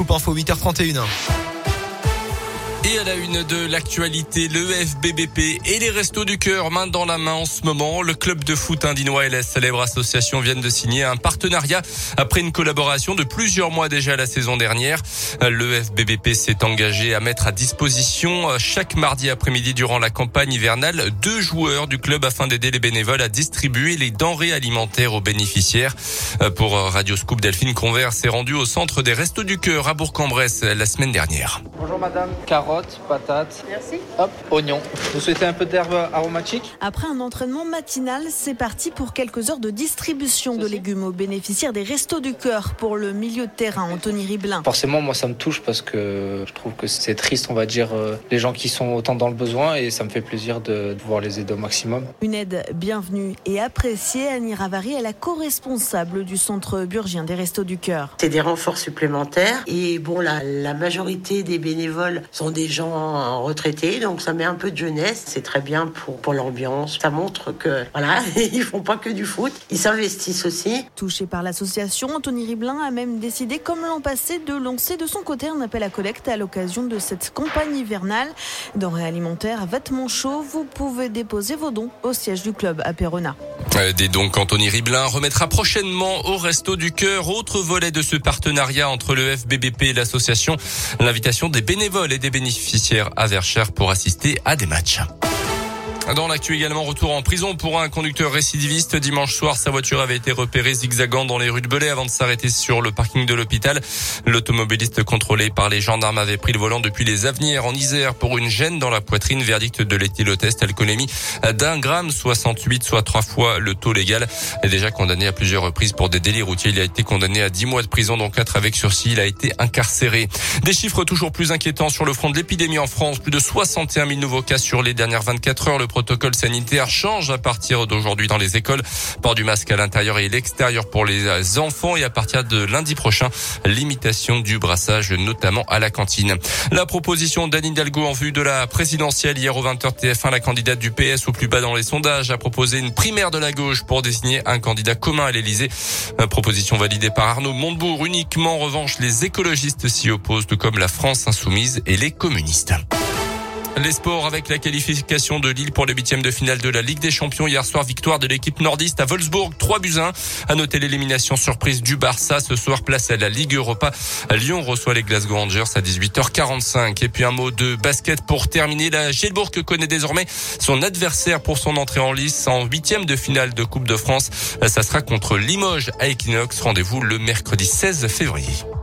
Scoop Info 8h31. Et à la une de l'actualité, le FBBP et les Restos du Cœur main dans la main en ce moment. Le club de foot indinois et la célèbre association viennent de signer un partenariat après une collaboration de plusieurs mois déjà la saison dernière. Le FBBP s'est engagé à mettre à disposition chaque mardi après-midi durant la campagne hivernale 2 joueurs du club afin d'aider les bénévoles à distribuer les denrées alimentaires aux bénéficiaires. Pour Radio Scoop, Delphine Convert s'est rendue au centre des Restos du Cœur à Bourg-en-Bresse la semaine dernière. Bonjour madame. Carottes, patates. Merci. Hop, oignons. Vous souhaitez un peu d'herbe aromatique ? Après un entraînement matinal, c'est parti pour quelques heures de distribution de légumes aux bénéficiaires des Restos du Cœur pour le milieu de terrain, Anthony Riblin. Forcément, moi ça me touche parce que je trouve que c'est triste, on va dire, les gens qui sont autant dans le besoin et ça me fait plaisir de pouvoir les aider au maximum. Une aide bienvenue et appréciée. Annie Ravary est la co-responsable du centre burgien des Restos du Cœur. C'est des renforts supplémentaires et bon, la majorité des bénévoles sont des gens retraités, donc ça met un peu de jeunesse. C'est très bien pour l'ambiance. Ça montre que voilà, ils font pas que du foot, ils s'investissent aussi. Touché par l'association, Anthony Riblin a même décidé, comme l'an passé, de lancer de son côté un appel à collecte à l'occasion de cette campagne hivernale. Denrées alimentaires, vêtements chauds, vous pouvez déposer vos dons au siège du club à Péronne. Des dons qu'Anthony Riblin remettra prochainement au Resto du Cœur. Autre volet de ce partenariat entre le FBBP et l'association, l'invitation des bénévoles et des bénéficiaires à Verchères pour assister à des matchs. Dans l'actu également, retour en prison pour un conducteur récidiviste. Dimanche soir, sa voiture avait été repérée zigzagant dans les rues de Belay avant de s'arrêter sur le parking de l'hôpital. L'automobiliste contrôlé par les gendarmes avait pris le volant depuis les Avenières en Isère pour une gêne dans la poitrine. Verdict de l'éthylotest, alcoolémie d'1 gramme 68, soit 3 fois le taux légal. Déjà condamné à plusieurs reprises pour des délits routiers. Il a été condamné à 10 mois de prison, dont 4 avec sursis. Il a été incarcéré. Des chiffres toujours plus inquiétants sur le front de l'épidémie en France. Plus de 61 000 nouveaux cas sur les dernières 24 heures. Le protocole sanitaire change à partir d'aujourd'hui dans les écoles. Port du masque à l'intérieur et l'extérieur pour les enfants et à partir de lundi prochain, limitation du brassage, notamment à la cantine. La proposition d'Anne Hidalgo en vue de la présidentielle hier au 20h TF1, la candidate du PS au plus bas dans les sondages a proposé une primaire de la gauche pour désigner un candidat commun à l'Élysée. Proposition validée par Arnaud Montebourg. Uniquement en revanche, les écologistes s'y opposent, tout comme la France insoumise et les communistes. Les sports avec la qualification de Lille pour le 8e de finale de la Ligue des Champions. Hier soir, victoire de l'équipe nordiste à Wolfsburg, 3-1. À noter l'élimination surprise du Barça. Ce soir, place à la Ligue Europa. Lyon reçoit les Glasgow Rangers à 18h45. Et puis un mot de basket pour terminer. La Gielbourg connaît désormais son adversaire pour son entrée en lice en 8e de finale de Coupe de France. Ça sera contre Limoges à Equinox. Rendez-vous le mercredi 16 février.